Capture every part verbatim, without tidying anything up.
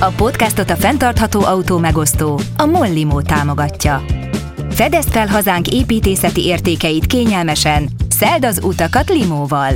A podcastot a fenntartható autó megosztó, a Mollimó támogatja. Fedezd fel hazánk építészeti értékeit kényelmesen, szeld az utakat limóval!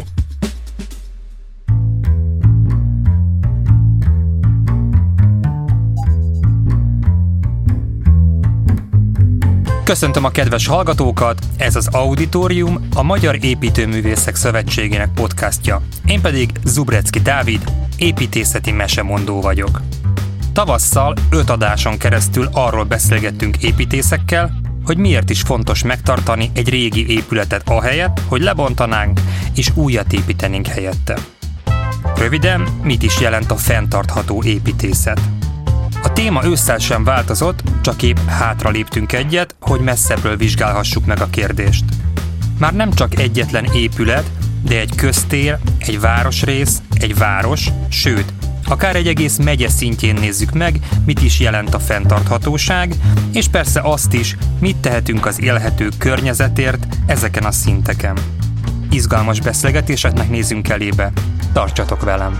Köszöntöm a kedves hallgatókat, ez az Auditorium, a Magyar Építőművészek Szövetségének podcastja. Én pedig Zubrecki Dávid, építészeti mesemondó vagyok. Tavasszal öt adáson keresztül arról beszélgettünk építészekkel, hogy miért is fontos megtartani egy régi épületet ahelyett, hogy lebontanánk és újat építenénk helyette. Röviden, mit is jelent a fenntartható építészet? A téma ősszel sem változott, csak épp hátra léptünk egyet, hogy messzebbről vizsgálhassuk meg a kérdést. Már nem csak egyetlen épület, de egy köztér, egy városrész, egy város, sőt, akár egy egész megye szintjén nézzük meg, mit is jelent a fenntarthatóság, és persze azt is, mit tehetünk az élhető környezetért ezeken a szinteken. Izgalmas beszélgetéseknek nézzünk elébe. Tartsatok velem!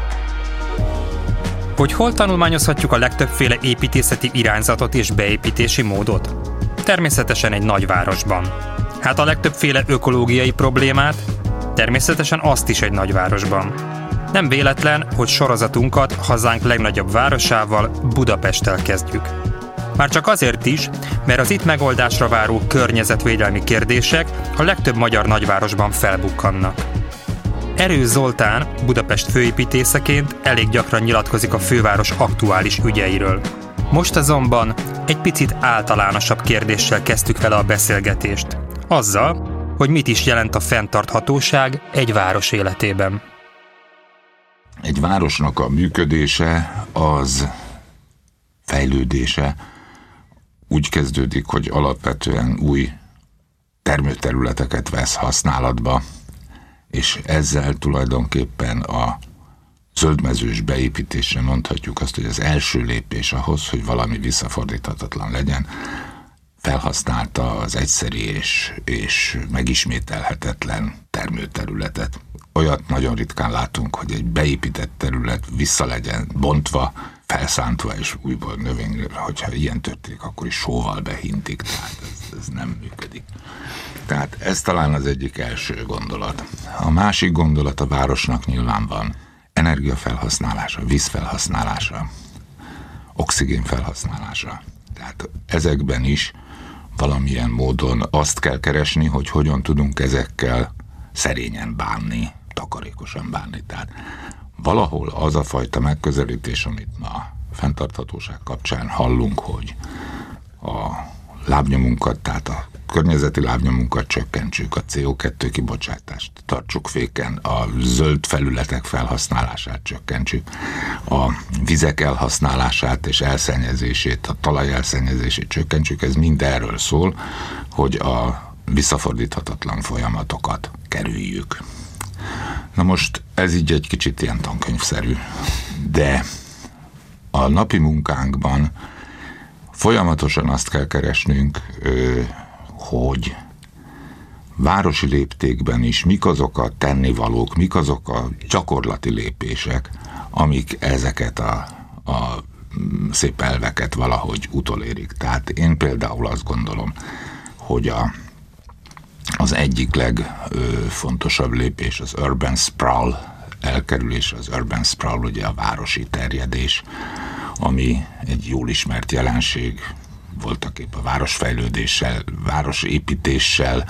Hogy hol tanulmányozhatjuk a legtöbbféle építészeti irányzatot és beépítési módot? Természetesen egy nagyvárosban. Hát a legtöbbféle ökológiai problémát? Természetesen azt is egy nagyvárosban. Nem véletlen, hogy sorozatunkat hazánk legnagyobb városával, Budapesttel kezdjük. Már csak azért is, mert az itt megoldásra váró környezetvédelmi kérdések a legtöbb magyar nagyvárosban felbukkannak. Erős Zoltán, Budapest főépítészeként elég gyakran nyilatkozik a főváros aktuális ügyeiről. Most azonban egy picit általánosabb kérdéssel kezdtük vele a beszélgetést. Azzal, hogy mit is jelent a fenntarthatóság egy város életében. Egy városnak a működése, az fejlődése úgy kezdődik, hogy alapvetően új termőterületeket vesz használatba, és ezzel tulajdonképpen a zöldmezős beépítésre mondhatjuk azt, hogy az első lépés ahhoz, hogy valami visszafordíthatatlan legyen, felhasználta az egyszeri és, és megismételhetetlen termőterületet. Olyat nagyon ritkán látunk, hogy egy beépített terület vissza legyen bontva, felszántva és újból növényre, hogyha ilyen történik, akkor is sóval behintik, tehát ez, ez nem működik. Tehát ez talán az egyik első gondolat. A másik gondolat a városnak nyilván van energiafelhasználása, vízfelhasználása, oxigén felhasználása. Tehát ezekben is valamilyen módon azt kell keresni, hogy hogyan tudunk ezekkel szerényen bánni, takarékosan bánni. Tehát valahol az a fajta megközelítés, amit ma fenntarthatóság kapcsán hallunk, hogy a lábnyomunkat, tehát a környezeti lábnyomunkat csökkentsük, a cé o kettő kibocsátást tartsuk féken, a zöld felületek felhasználását csökkentsük, a vizek elhasználását és elszennyezését, a talaj elszennyezését csökkentsük, ez mind erről szól, hogy a visszafordíthatatlan folyamatokat kerüljük. Na most ez így egy kicsit ilyen tankönyvszerű, de a napi munkánkban folyamatosan azt kell keresnünk, hogy városi léptékben is mik azok a tennivalók, mik azok a gyakorlati lépések, amik ezeket a, a szép elveket valahogy utolérik. Tehát én például azt gondolom, hogy a, az egyik legfontosabb lépés az urban sprawl elkerülés, az urban sprawl ugye a városi terjedés, ami egy jól ismert jelenség, voltak épp a városfejlődéssel, városépítéssel.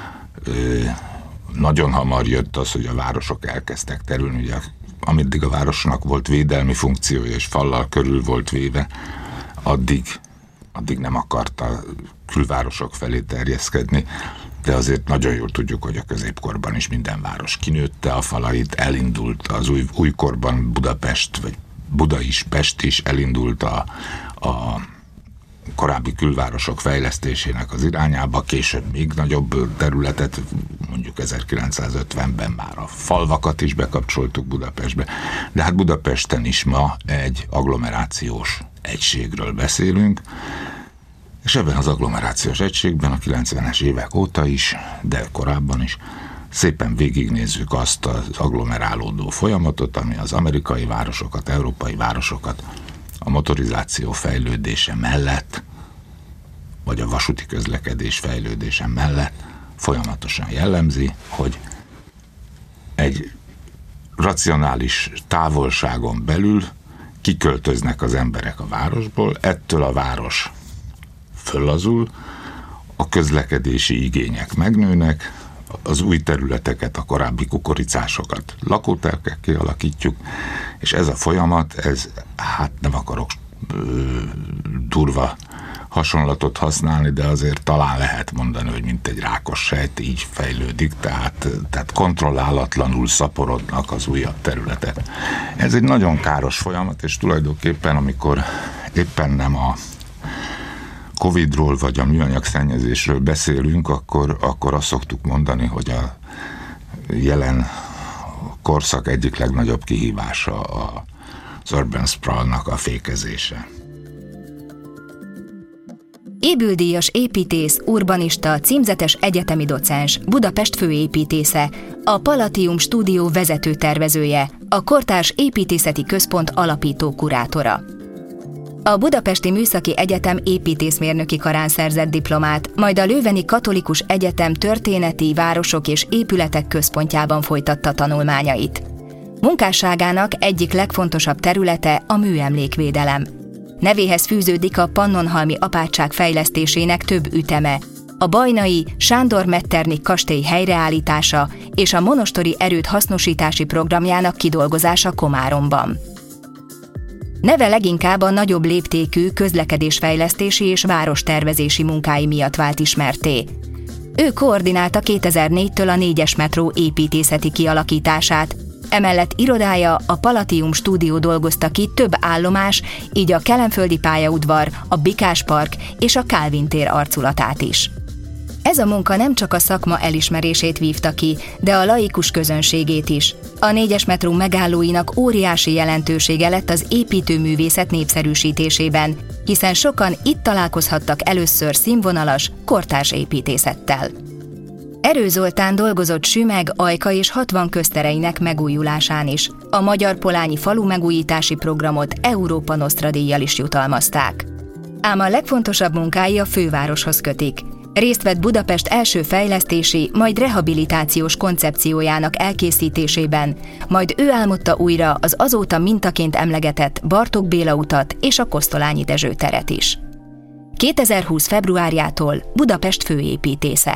Nagyon hamar jött az, hogy a városok elkezdtek terülni, ugye ameddig a városnak volt védelmi funkciója és fallal körül volt véve, addig, addig nem akarta külvárosok felé terjeszkedni, de azért nagyon jól tudjuk, hogy a középkorban is minden város kinőtte a falait, elindult az új, újkorban Budapest, vagy Buda is, Pest is elindult a, a korábbi külvárosok fejlesztésének az irányába, később még nagyobb területet, mondjuk ezerkilencszázötvenben már a falvakat is bekapcsoltuk Budapestbe, de hát Budapesten is ma egy agglomerációs egységről beszélünk, és ebben az agglomerációs egységben a kilencvenes évek óta is, de korábban is szépen végignézzük azt az agglomerálódó folyamatot, ami az amerikai városokat, európai városokat a motorizáció fejlődése mellett, vagy a vasúti közlekedés fejlődése mellett folyamatosan jellemzi, hogy egy racionális távolságon belül kiköltöznek az emberek a városból, ettől a város föllazul, a közlekedési igények megnőnek, az új területeket, a korábbi kukoricásokat lakótelkek kialakítjuk, és ez a folyamat, ez, hát nem akarok ö, durva hasonlatot használni, de azért talán lehet mondani, hogy mint egy rákos sejt így fejlődik, tehát, tehát kontrollálatlanul szaporodnak az újabb területek. Ez egy nagyon káros folyamat, és tulajdonképpen amikor éppen nem a Covidról vagy a műanyagszennyezésről beszélünk, akkor, akkor azt szoktuk mondani, hogy a jelen korszak egyik legnagyobb kihívása az urban sprawl-nak a fékezése. Ébüldíjas építész, urbanista, címzetes egyetemi docens, Budapest főépítésze, a Palatium Stúdió vezető tervezője, a Kortárs Építészeti Központ alapító kurátora. A Budapesti Műszaki Egyetem építészmérnöki karán szerzett diplomát, majd a Lőveni Katolikus Egyetem történeti, városok és épületek központjában folytatta tanulmányait. Munkásságának egyik legfontosabb területe a műemlékvédelem. Nevéhez fűződik a Pannonhalmi apátság fejlesztésének több üteme, a bajnai Sándor Metternich kastély helyreállítása és a monostori erőd hasznosítási programjának kidolgozása Komáromban. Neve leginkább a nagyobb léptékű közlekedésfejlesztési és várostervezési munkái miatt vált ismertté. Ő koordinálta kétezer-négytől a négyes metró építészeti kialakítását, emellett irodája, a Palatium Stúdió dolgozta ki több állomás, így a Kelenföldi pályaudvar, a Bikás park és a Kálvin tér arculatát is. Ez a munka nem csak a szakma elismerését vívta ki, de a laikus közönségét is. A négyes metró megállóinak óriási jelentősége lett az építőművészet népszerűsítésében, hiszen sokan itt találkozhattak először színvonalas, kortárs építészettel. Erő Zoltán dolgozott Sümeg, Ajka és hatvan köztereinek megújulásán is. A Magyar Polányi falu megújítási programot Európa Nostra díjjal is jutalmazták. Ám a legfontosabb munkái a fővároshoz kötik. Részt vett Budapest első fejlesztési, majd rehabilitációs koncepciójának elkészítésében, majd ő álmodta újra az azóta mintaként emlegetett Bartók Béla utat és a Kosztolányi Dezső teret is. kétezer-húsz februárjától Budapest főépítésze.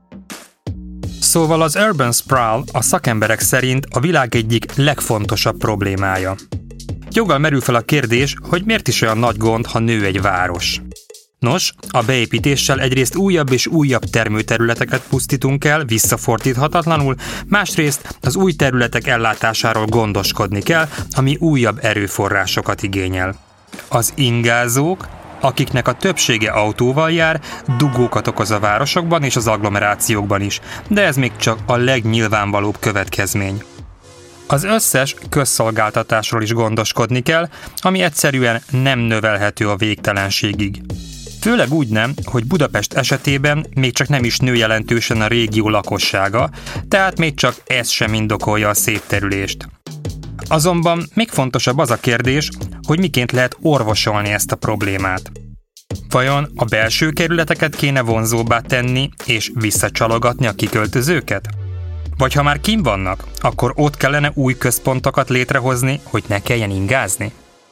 Szóval az urban sprawl a szakemberek szerint a világ egyik legfontosabb problémája. Joggal merül fel a kérdés, hogy miért is olyan nagy gond, ha nő egy város. Nos, a beépítéssel egyrészt újabb és újabb termőterületeket pusztítunk el visszafordíthatatlanul, másrészt az új területek ellátásáról gondoskodni kell, ami újabb erőforrásokat igényel. Az ingázók, akiknek a többsége autóval jár, dugókat okoz a városokban és az agglomerációkban is, de ez még csak a legnyilvánvalóbb következmény. Az összes közszolgáltatásról is gondoskodni kell, ami egyszerűen nem növelhető a végtelenségig. Főleg úgy nem, hogy Budapest esetében még csak nem is nő jelentősen a régió lakossága, tehát még csak ez sem indokolja a szétterülést. Azonban még fontosabb az a kérdés, hogy miként lehet orvosolni ezt a problémát. Vajon a belső kerületeket kéne vonzóbbá tenni és visszacsalogatni a kiköltözőket? Vagy ha már kint vannak, akkor ott kellene új központokat létrehozni, hogy ne kelljen ingázni?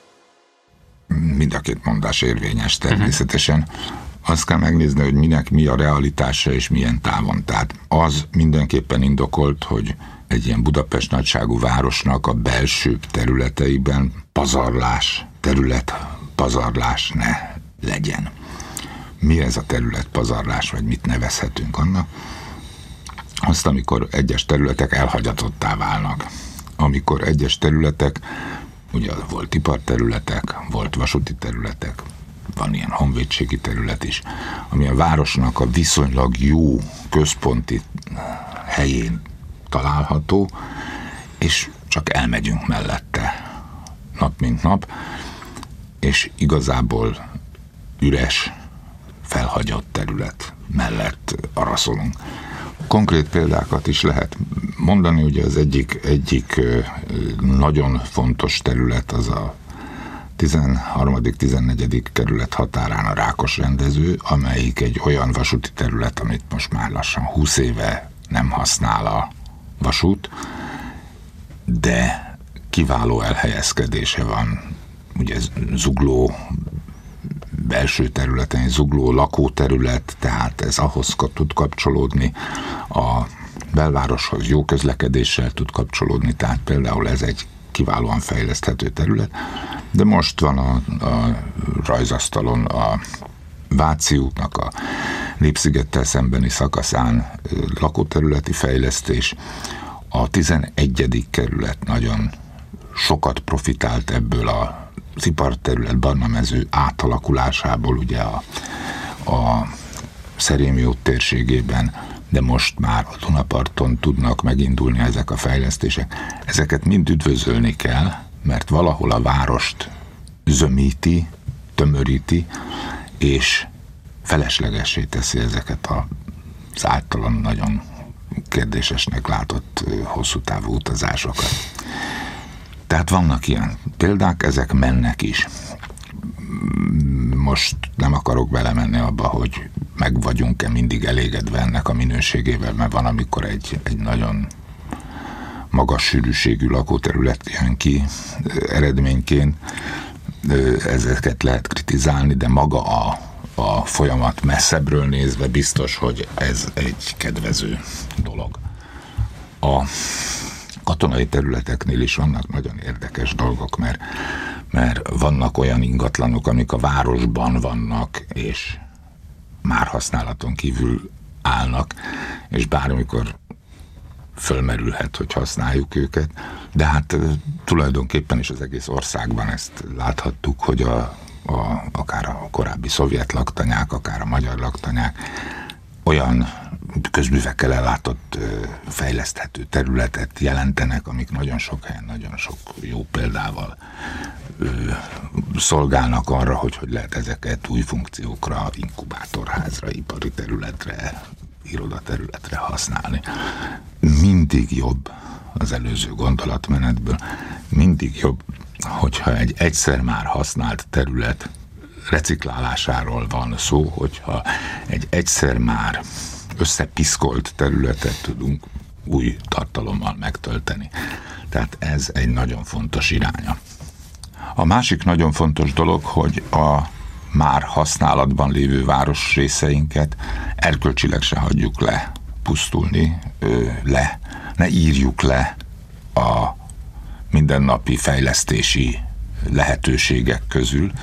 Mind a két mondás érvényes természetesen. Azt kell megnézni, hogy minek mi a realitása és milyen távon. Tehát az mindenképpen indokolt, hogy egy ilyen Budapest nagyságú városnak a belső területeiben pazarlás, terület pazarlás ne legyen. Mi ez a terület pazarlás, vagy mit nevezhetünk annak? Azt, amikor egyes területek elhagyatottá válnak. Amikor egyes területek, ugye volt iparterületek, volt vasúti területek, van ilyen honvédségi terület is, ami a városnak a viszonylag jó központi helyén található, és csak elmegyünk mellette nap mint nap, és igazából üres, felhagyott terület mellett araszolunk. Konkrét példákat is lehet mondani, ugye az egyik, egyik nagyon fontos terület az a tizenharmadik-tizennegyedik kerület határán a Rákos rendező, amelyik egy olyan vasúti terület, amit most már lassan húsz éve nem használ a vasút, de kiváló elhelyezkedése van. Ugye Zugló belső területen, Zugló lakóterület, tehát ez ahhoz tud kapcsolódni, a belvároshoz jó közlekedéssel tud kapcsolódni, tehát például ez egy kiválóan fejleszthető terület, de most van a, a rajzasztalon a Váci útnak a Népszigettel szembeni szakaszán lakóterületi fejlesztés. A tizenegyedik kerület nagyon sokat profitált ebből az iparterület Barnamező átalakulásából, ugye a, a Szerémi út térségében, de most már a Dunaparton tudnak megindulni ezek a fejlesztések. Ezeket mind üdvözölni kell, mert valahol a várost zömíti, tömöríti, és feleslegessé teszi ezeket az általán nagyon kérdésesnek látott hosszú távú utazásokat. Tehát vannak ilyen példák, ezek mennek is. Most nem akarok belemenni abba, hogy meg vagyunk-e mindig elégedve ennek a minőségével, mert van, amikor egy, egy nagyon magas sűrűségű lakóterület jön ki eredményként, ezeket lehet kritizálni, de maga a, a folyamat messzebbről nézve biztos, hogy ez egy kedvező dolog. A katonai területeknél is vannak nagyon érdekes dolgok, mert, mert vannak olyan ingatlanok, amik a városban vannak, és már használaton kívül állnak, és bármikor fölmerülhet, hogy használjuk őket, de hát tulajdonképpen is az egész országban ezt láthattuk, hogy a, a, akár a korábbi szovjet laktanyák, akár a magyar laktanyák olyan közművekkel ellátott fejleszthető területet jelentenek, amik nagyon sok helyen, nagyon sok jó példával szolgálnak arra, hogy hogy lehet ezeket új funkciókra, inkubátorházra, ipari területre, irodaterületre használni. Mindig jobb az előző gondolatmenetből, mindig jobb, hogyha egy egyszer már használt terület reciklálásáról van szó, hogyha egy egyszer már összepiszkolt területet tudunk új tartalommal megtölteni. Tehát ez egy nagyon fontos iránya. A másik nagyon fontos dolog, hogy a már használatban lévő városrészeinket erkölcsileg se hagyjuk le pusztulni, le, ne írjuk le a mindennapi fejlesztési lehetőségek közül.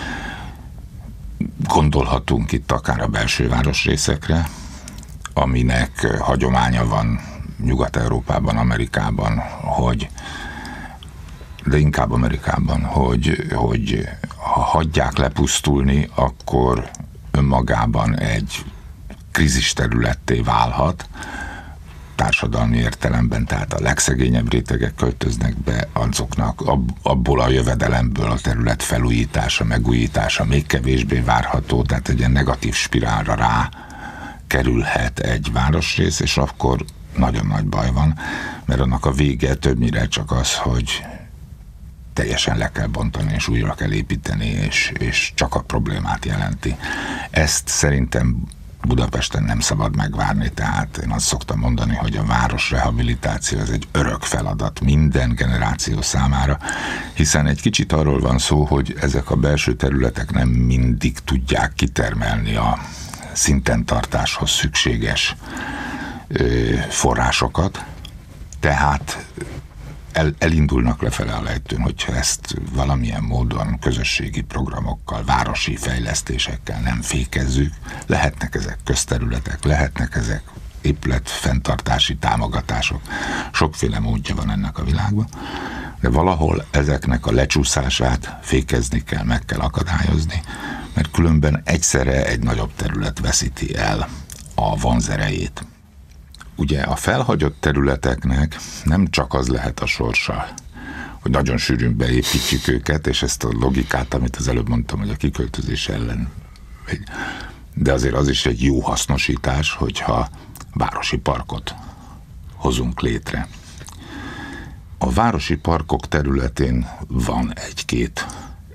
Gondolhatunk itt akár a belső városrészekre, aminek hagyománya van Nyugat-Európában, Amerikában, hogy de inkább Amerikában, hogy, hogy ha hagyják lepusztulni, akkor önmagában egy krízis területté válhat, társadalmi értelemben, tehát a legszegényebb rétegek költöznek be, azoknak abból a jövedelemből a terület felújítása, megújítása még kevésbé várható, tehát egy ilyen negatív spirálra rá kerülhet egy városrész, és akkor nagyon nagy baj van, mert annak a vége többnyire csak az, hogy teljesen le kell bontani, és újra kell építeni, és, és csak a problémát jelenti. Ezt szerintem Budapesten nem szabad megvárni, tehát én azt szoktam mondani, hogy a városrehabilitáció az egy örök feladat minden generáció számára, hiszen egy kicsit arról van szó, hogy ezek a belső területek nem mindig tudják kitermelni a szinten tartáshoz szükséges ö, forrásokat, tehát El, elindulnak lefele a lejtőn, hogyha ezt valamilyen módon közösségi programokkal, városi fejlesztésekkel nem fékezzük. Lehetnek ezek közterületek, lehetnek ezek épületfenntartási támogatások. Sokféle módja van ennek a világban, de valahol ezeknek a lecsúszását fékezni kell, meg kell akadályozni, mert különben egyszerre egy nagyobb terület veszíti el a vonzerejét. Ugye a felhagyott területeknek nem csak az lehet a sorsa, hogy nagyon sűrűn beépítjük őket, és ezt a logikát, amit az előbb mondtam, hogy a kiköltözés ellen, de azért az is egy jó hasznosítás, hogyha városi parkot hozunk létre. A városi parkok területén van egy-két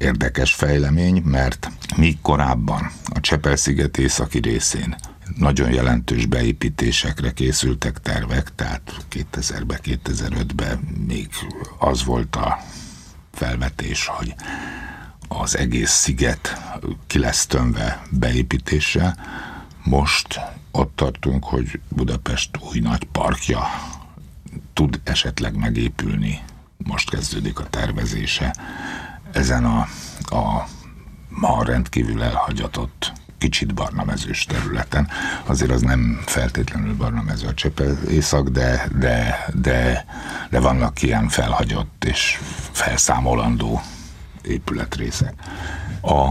érdekes fejlemény, mert míg korábban a Csepel-sziget északi részén nagyon jelentős beépítésekre készültek tervek, tehát kétezerben, kétezer-ötben még az volt a felvetés, hogy az egész sziget ki lesz tömve beépítéssel. Most ott tartunk, hogy Budapest új nagy parkja tud esetleg megépülni. Most kezdődik a tervezése ezen a, a ma rendkívül elhagyatott, kicsit barnamezős területen. Azért az nem feltétlenül barnamező a Csepel-észak, de, de, de, de vannak ilyen felhagyott és felszámolandó épületrészek. A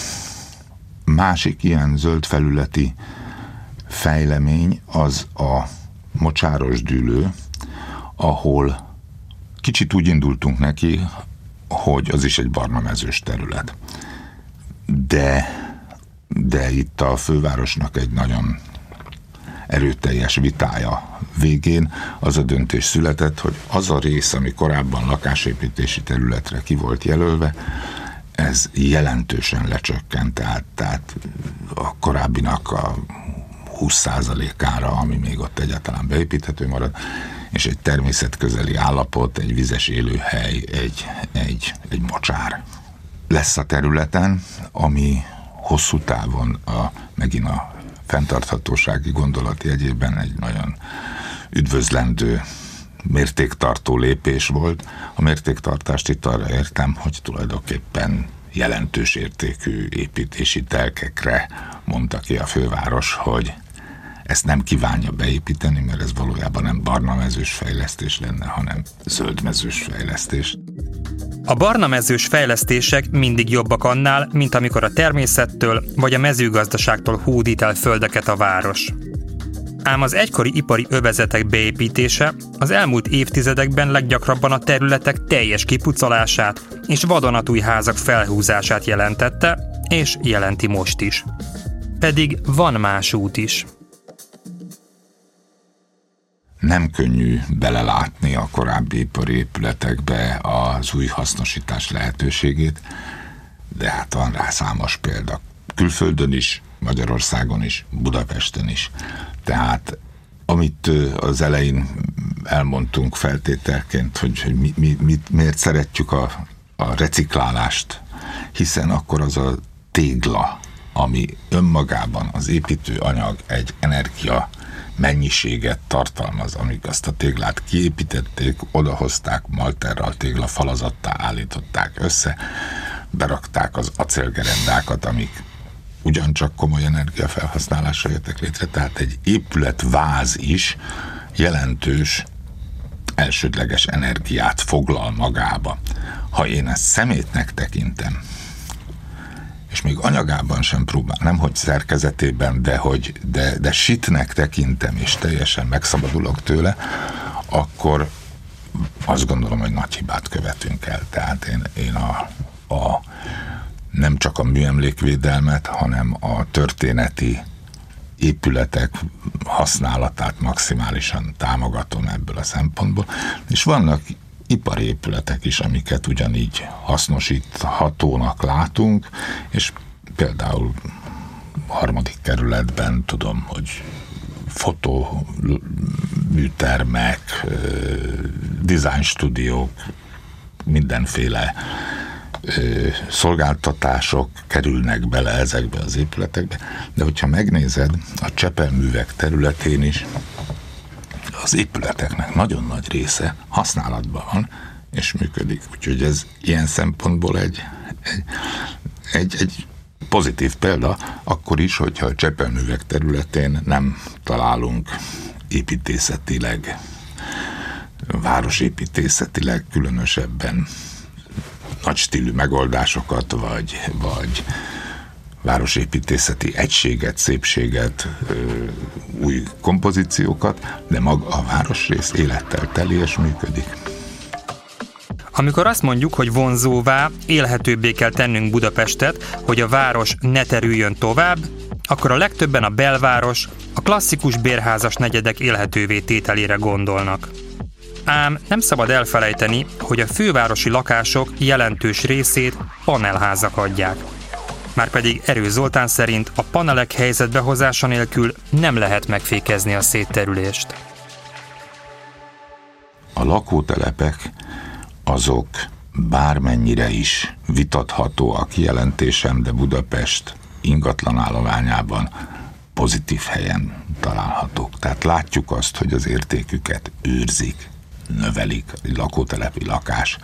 másik ilyen zöld felületi fejlemény az a Mocsáros dűlő, ahol kicsit úgy indultunk neki, hogy az is egy barnamezős terület. De, de itt a fővárosnak egy nagyon erőteljes vitája végén az a döntés született, hogy az a rész, ami korábban lakásépítési területre ki volt jelölve, ez jelentősen lecsökkent, tehát, tehát a korábbinak a húsz százalékára, ami még ott egyáltalán beépíthető marad, és egy természetközeli állapot, egy vizes élőhely, egy, egy, egy mocsár lesz a területen, ami hosszú távon a, megint a fenntarthatósági gondolat jegyében egy nagyon üdvözlendő mértéktartó lépés volt. A mértéktartást itt arra értem, hogy tulajdonképpen jelentős értékű építési telkekre mondta ki a főváros, hogy ezt nem kívánja beépíteni, mert ez valójában nem barnamezős fejlesztés lenne, hanem zöldmezős fejlesztés. A barnamezős fejlesztések mindig jobbak annál, mint amikor a természettől vagy a mezőgazdaságtól hódít el földeket a város. Ám az egykori ipari övezetek beépítése az elmúlt évtizedekben leggyakrabban a területek teljes kipucolását és vadonatúj házak felhúzását jelentette, és jelenti most is. Pedig van más út is. Nem könnyű belelátni a korábbi ipari épületekbe az új hasznosítás lehetőségét, de hát van rá számos példa. Külföldön is, Magyarországon is, Budapesten is. Tehát amit az elején elmondtunk feltételként, hogy, hogy mi, mi, mi, miért szeretjük a, a reciklálást, hiszen akkor az a tégla, ami önmagában az építőanyag egy energia mennyiséget tartalmaz, amíg azt a téglát kiépítették, odahozták, malterral téglafalazattá állították össze, berakták az acélgerendákat, amik ugyancsak komoly energiafelhasználásra jöttek létre, tehát egy épületváz is jelentős elsődleges energiát foglal magába. Ha én ezt szemétnek tekintem, és még anyagában sem próbál, nem hogy szerkezetében, de hogy de, de shitnek tekintem, és teljesen megszabadulok tőle, akkor azt gondolom, hogy nagy hibát követünk el. Tehát én, én a, a nem csak a műemlékvédelmet, hanem a történeti épületek használatát maximálisan támogatom ebből a szempontból. És vannak ipari épületek is, amiket ugyanígy hasznosíthatónak látunk, és például a harmadik kerületben tudom, hogy fotóműtermek, design stúdiók, mindenféle szolgáltatások kerülnek bele ezekbe az épületekbe, de hogyha megnézed, a Csepel-művek területén is az épületeknek nagyon nagy része használatban van, és működik. Úgyhogy ez ilyen szempontból egy, egy, egy, egy pozitív példa, akkor is, hogyha a Csepel-művek területén nem találunk építészetileg, városépítészetileg különösebben nagy stílű megoldásokat, vagy, vagy városépítészeti egységet, szépséget, új kompozíciókat, de maga a városrész élettel teli és működik. Amikor azt mondjuk, hogy vonzóvá, élhetőbbé kell tennünk Budapestet, hogy a város ne terüljön tovább, akkor a legtöbben a belváros, a klasszikus bérházas negyedek élhetővé tételére gondolnak. Ám nem szabad elfelejteni, hogy a fővárosi lakások jelentős részét panelházak adják. Márpedig Erő Zoltán szerint a panelek helyzetbehozása nélkül nem lehet megfékezni a szétterülést. A lakótelepek azok bármennyire is vitatható a kijelentésem, de Budapest ingatlan állományában pozitív helyen találhatók. Tehát látjuk azt, hogy az értéküket őrzik, növelik, egy lakótelepi lakás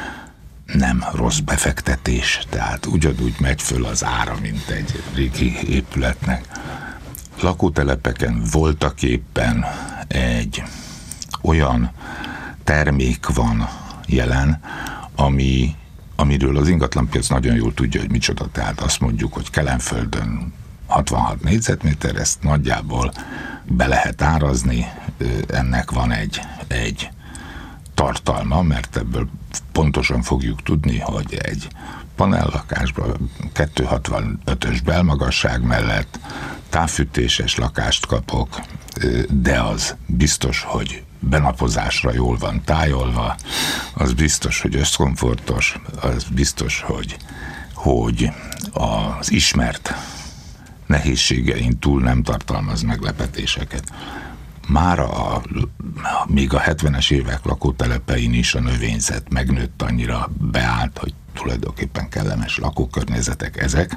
nem rossz befektetés, tehát ugyanúgy megy föl az ára, mint egy régi épületnek. Lakótelepeken voltak éppen egy olyan termék van jelen, ami, amiről az ingatlanpiac nagyon jól tudja, hogy micsoda. Tehát azt mondjuk, hogy Kelenföldön hatvanhat négyzetméter, ezt nagyjából be lehet árazni, ennek van egy, egy tartalma, mert ebből pontosan fogjuk tudni, hogy egy panellakásban kétszázhatvanötös belmagasság mellett távfűtéses lakást kapok, de az biztos, hogy benapozásra jól van tájolva, az biztos, hogy összkomfortos, az biztos, hogy, hogy az ismert nehézségein túl nem tartalmaz meglepetéseket. Mára a, még a hetvenes évek lakótelepein is a növényzet megnőtt, annyira beállt, hogy tulajdonképpen kellemes lakókörnyezetek ezek,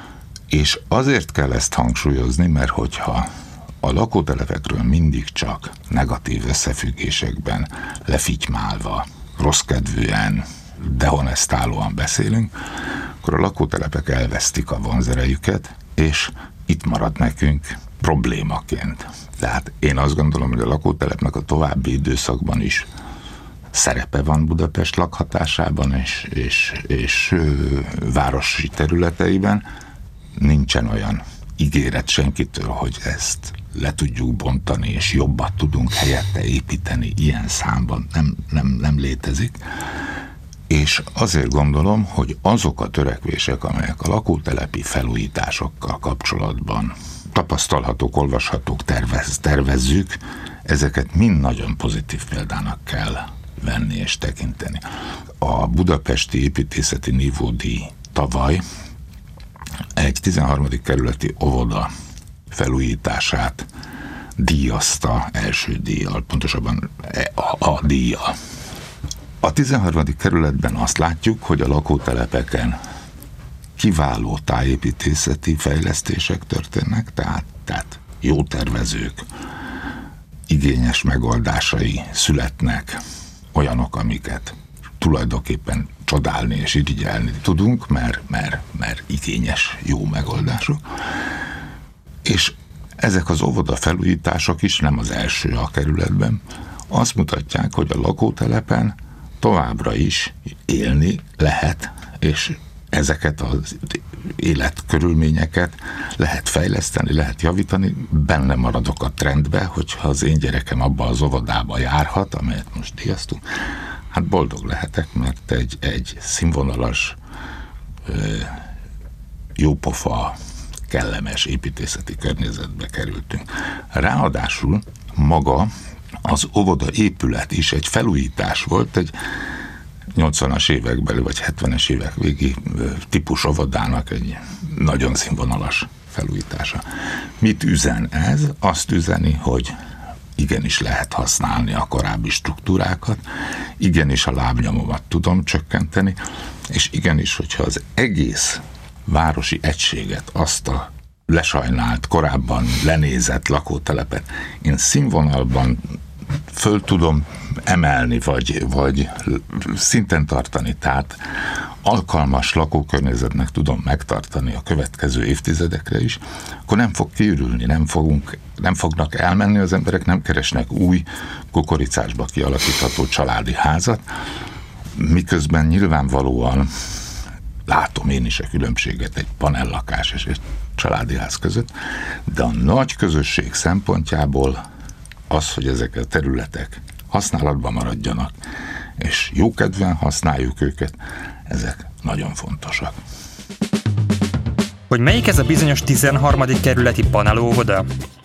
és azért kell ezt hangsúlyozni, mert hogyha a lakótelepekről mindig csak negatív összefüggésekben lefitymálva, rosszkedvűen, dehonestálóan beszélünk, akkor a lakótelepek elvesztik a vonzerejüket, és itt marad nekünk problémaként. Tehát én azt gondolom, hogy a lakótelepnek a további időszakban is szerepe van Budapest lakhatásában és, és, és ö, városi területeiben. Nincsen olyan ígéret senkitől, hogy ezt le tudjuk bontani, és jobbat tudunk helyette építeni ilyen számban. Nem, nem, nem létezik. És azért gondolom, hogy azok a törekvések, amelyek a lakótelepi felújításokkal kapcsolatban tapasztalhatók, olvashatók, tervez, tervezzük, ezeket mind nagyon pozitív példának kell venni és tekinteni. A budapesti építészeti nívódíj tavaly egy tizenharmadik kerületi óvoda felújítását díjazta első díjjal, pontosabban a, a díjjal. A tizenharmadik kerületben azt látjuk, hogy a lakótelepeken kiváló tájépítészeti fejlesztések történnek, tehát, tehát jó tervezők, igényes megoldásai születnek, olyanok, amiket tulajdonképpen csodálni és irigyelni tudunk, mert, mert, mert igényes, jó megoldások. És ezek az óvoda felújítások is, nem az első a kerületben, azt mutatják, hogy a lakótelepen továbbra is élni lehet, és ezeket az életkörülményeket lehet fejleszteni, lehet javítani. Benne maradok a trendbe, hogyha az én gyerekem abba az óvodába járhat, amelyet most díjaztunk, hát boldog lehetek, mert egy, egy színvonalas, jópofa, kellemes építészeti környezetbe kerültünk. Ráadásul maga az óvoda épület is egy felújítás volt, egy nyolcvanas évekbeli vagy hetvenes évek végi típus óvodának egy nagyon színvonalas felújítása. Mit üzen ez? Azt üzeni, hogy igenis lehet használni a korábbi struktúrákat, igenis a lábnyomomat tudom csökkenteni, és igenis, hogyha az egész városi egységet, azt a lesajnált, korábban lenézett lakótelepet én színvonalban föl tudom emelni, vagy, vagy szinten tartani, tehát alkalmas lakókörnyezetnek tudom megtartani a következő évtizedekre is, akkor nem fog kiürülni, nem, fogunk, nem fognak elmenni az emberek, nem keresnek új kukoricásba kialakítható családi házat, miközben nyilvánvalóan látom én is a különbséget egy panellakás és egy családi ház között, de a nagy közösség szempontjából az, hogy ezek a területek használatban maradjanak, és jókedven használjuk őket, ezek nagyon fontosak. Hogy melyik ez a bizonyos tizenharmadik kerületi panelóvoda?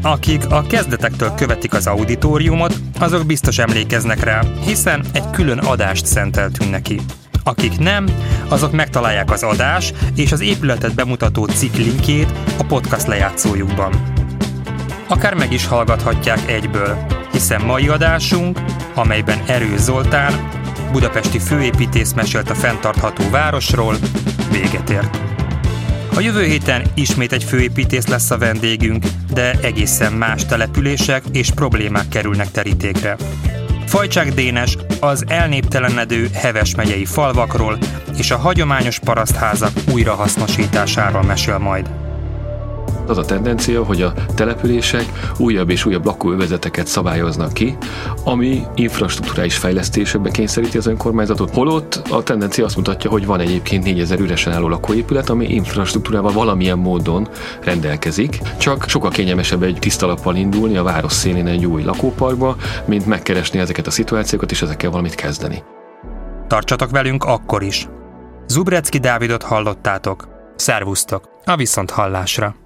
Akik a kezdetektől követik az auditoriumot, azok biztos emlékeznek rá, hiszen egy külön adást szenteltünk neki. Akik nem, azok megtalálják az adás és az épületet bemutató cikk linkjét a podcast lejátszójukban. Akár meg is hallgathatják egyből, hiszen mai adásunk, amelyben Erő Zoltán, budapesti főépítész mesélt a fenntartható városról, véget ért. A jövő héten ismét egy főépítész lesz a vendégünk, de egészen más települések és problémák kerülnek terítékre. Fajcsák Dénes az elnéptelenedő Heves megyei falvakról és a hagyományos parasztházak újrahasznosításáról mesél majd. Az a tendencia, hogy a települések újabb és újabb lakóövezeteket szabályoznak ki, ami infrastrukturális fejlesztésekbe kényszeríti az önkormányzatot. Holott a tendencia azt mutatja, hogy van egyébként négyezer üresen álló lakóépület, ami infrastruktúrával valamilyen módon rendelkezik. Csak sokkal kényelmesebb egy tiszta lappal indulni a város szélén egy új lakóparkba, mint megkeresni ezeket a szituációkat és ezekkel valamit kezdeni. Tartsatok velünk akkor is! Zubrecki Dávidot hallottátok. Szervusztok! A viszonthallásra!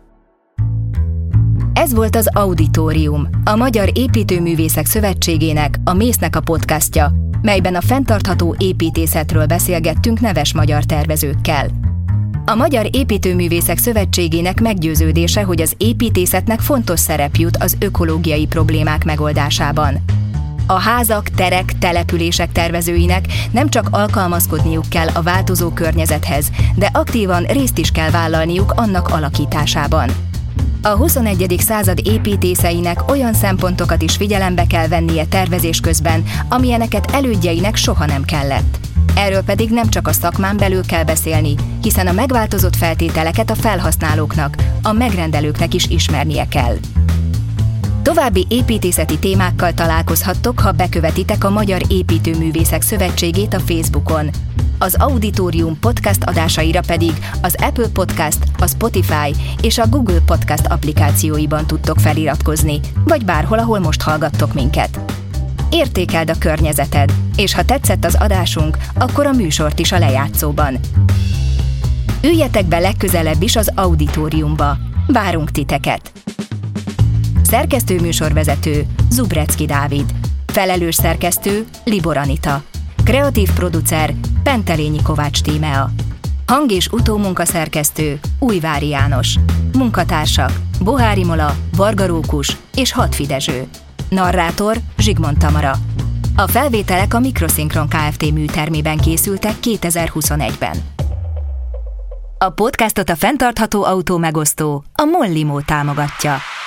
Ez volt az Auditorium, a Magyar Építőművészek Szövetségének, a mésznek a podcastja, melyben a fenntartható építészetről beszélgettünk neves magyar tervezőkkel. A Magyar Építőművészek Szövetségének meggyőződése, hogy az építészetnek fontos szerep jut az ökológiai problémák megoldásában. A házak, terek, települések tervezőinek nem csak alkalmazkodniuk kell a változó környezethez, de aktívan részt is kell vállalniuk annak alakításában. A huszonegyedik század építészeinek olyan szempontokat is figyelembe kell vennie tervezés közben, amilyeneket elődjeinek soha nem kellett. Erről pedig nem csak a szakmán belül kell beszélni, hiszen a megváltozott feltételeket a felhasználóknak, a megrendelőknek is ismernie kell. További építészeti témákkal találkozhattok, ha bekövetitek a Magyar Építőművészek Szövetségét a Facebookon. Az Auditorium podcast adásaira pedig az Apple Podcast, a Spotify és a Google Podcast applikációiban tudtok feliratkozni, vagy bárhol, ahol most hallgattok minket. Értékeld a környezeted, és ha tetszett az adásunk, akkor a műsort is a lejátszóban. Üljetek be legközelebb is az Auditoriumba. Várunk titeket! Szerkesztő műsorvezető Zubrecki Dávid. Felelős szerkesztő Libor Anita. Kreatív producer Pentelényi Kovács Tímea. Hang- és utómunkaszerkesztő Újvári János. Munkatársak Bohári Mola, Varga Rókus és Hatfi Dezső. Narrátor Zsigmond Tamara. A felvételek a Mikroszinkron Kft. Műtermében készültek kétezer-huszonegyben. A podcastot a fenntartható autó megosztó, a Mollimo támogatja.